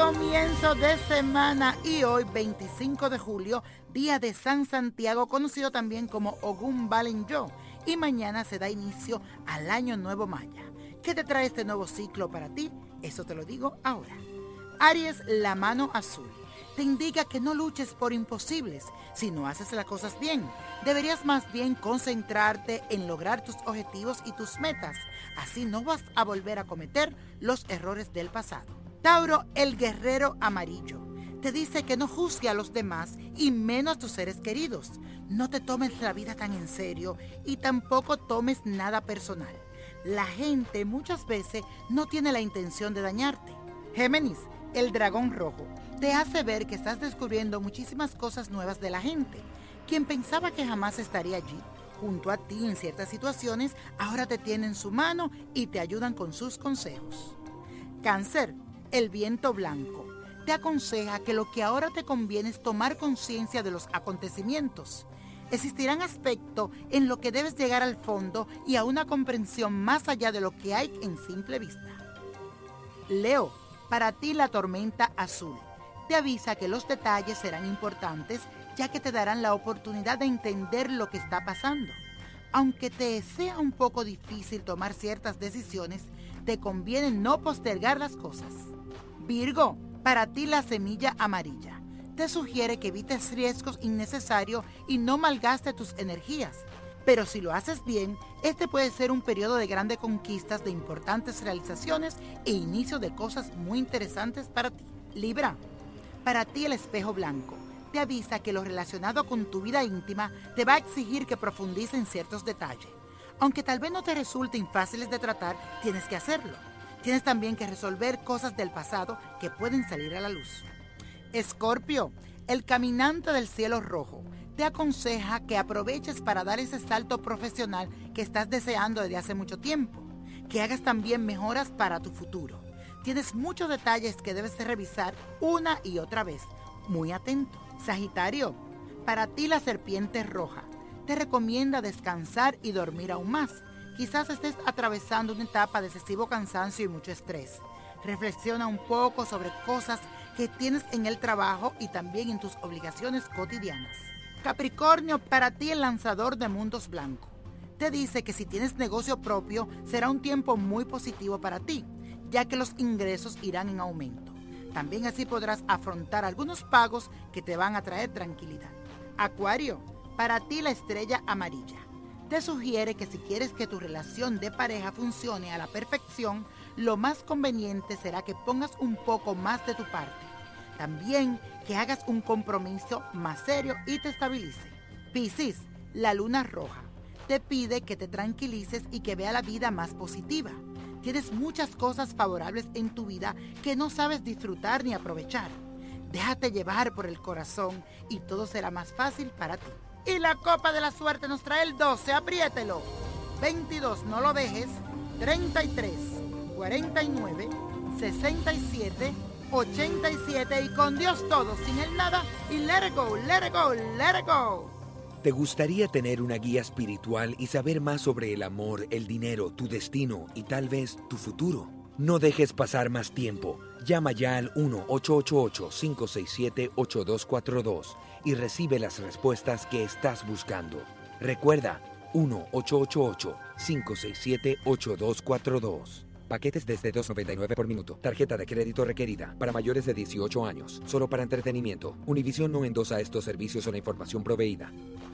comienzo de semana y hoy 25 de julio, día de San Santiago, conocido también como Ogún Balenyo, y mañana se da inicio al Año Nuevo Maya. ¿Qué te trae este nuevo ciclo para ti? Eso te lo digo ahora. Aries, la mano azul. Te indica que no luches por imposibles, si no haces las cosas bien. Deberías más bien concentrarte en lograr tus objetivos y tus metas. Así no vas a volver a cometer los errores del pasado. Tauro, el guerrero amarillo. Te dice que no juzgue a los demás y menos a tus seres queridos. No te tomes la vida tan en serio y tampoco tomes nada personal. La gente muchas veces no tiene la intención de dañarte. Géminis, el dragón rojo. Te hace ver que estás descubriendo muchísimas cosas nuevas de la gente. Quien pensaba que jamás estaría allí, junto a ti en ciertas situaciones, ahora te tienen su mano y te ayudan con sus consejos. Cáncer, el viento blanco. Te aconseja que lo que ahora te conviene es tomar conciencia de los acontecimientos. Existirán aspectos en los que debes llegar al fondo y a una comprensión más allá de lo que hay en simple vista. Leo, para ti la tormenta azul. Te avisa que los detalles serán importantes, ya que te darán la oportunidad de entender lo que está pasando. Aunque te sea un poco difícil tomar ciertas decisiones, te conviene no postergar las cosas. Virgo, para ti la semilla amarilla. Te sugiere que evites riesgos innecesarios y no malgastes tus energías. Pero si lo haces bien, este puede ser un periodo de grandes conquistas, de importantes realizaciones e inicio de cosas muy interesantes para ti. Libra, para ti el espejo blanco. Te avisa que lo relacionado con tu vida íntima te va a exigir que profundices en ciertos detalles. Aunque tal vez no te resulten fáciles de tratar, tienes que hacerlo. Tienes también que resolver cosas del pasado que pueden salir a la luz. Escorpio, el caminante del cielo rojo. Te aconseja que aproveches para dar ese salto profesional que estás deseando desde hace mucho tiempo. Que hagas también mejoras para tu futuro. Tienes muchos detalles que debes revisar una y otra vez. Muy atento. Sagitario, para ti la serpiente roja. Te recomienda descansar y dormir aún más. Quizás estés atravesando una etapa de excesivo cansancio y mucho estrés. Reflexiona un poco sobre cosas que tienes en el trabajo y también en tus obligaciones cotidianas. Capricornio, para ti el lanzador de mundos blancos. Te dice que si tienes negocio propio, será un tiempo muy positivo para ti, ya que los ingresos irán en aumento. También así podrás afrontar algunos pagos que te van a traer tranquilidad. Acuario, para ti la estrella amarilla. Te sugiere que si quieres que tu relación de pareja funcione a la perfección, lo más conveniente será que pongas un poco más de tu parte. También que hagas un compromiso más serio y te estabilice. Piscis, la luna roja. Te pide que te tranquilices y que vea la vida más positiva. Tienes muchas cosas favorables en tu vida que no sabes disfrutar ni aprovechar. Déjate llevar por el corazón y todo será más fácil para ti. Y la copa de la suerte nos trae el 12, apriételo. 22, no lo dejes. 33, 49, 67, 87 y con Dios todo, sin el nada y let it go, let it go, let it go. ¿Te gustaría tener una guía espiritual y saber más sobre el amor, el dinero, tu destino y tal vez tu futuro? No dejes pasar más tiempo. Llama ya al 1-888-567-8242 y recibe las respuestas que estás buscando. Recuerda, 1-888-567-8242. Paquetes desde $2.99 por minuto. Tarjeta de crédito requerida para mayores de 18 años. Solo para entretenimiento. Univision no endosa estos servicios o la información proveída.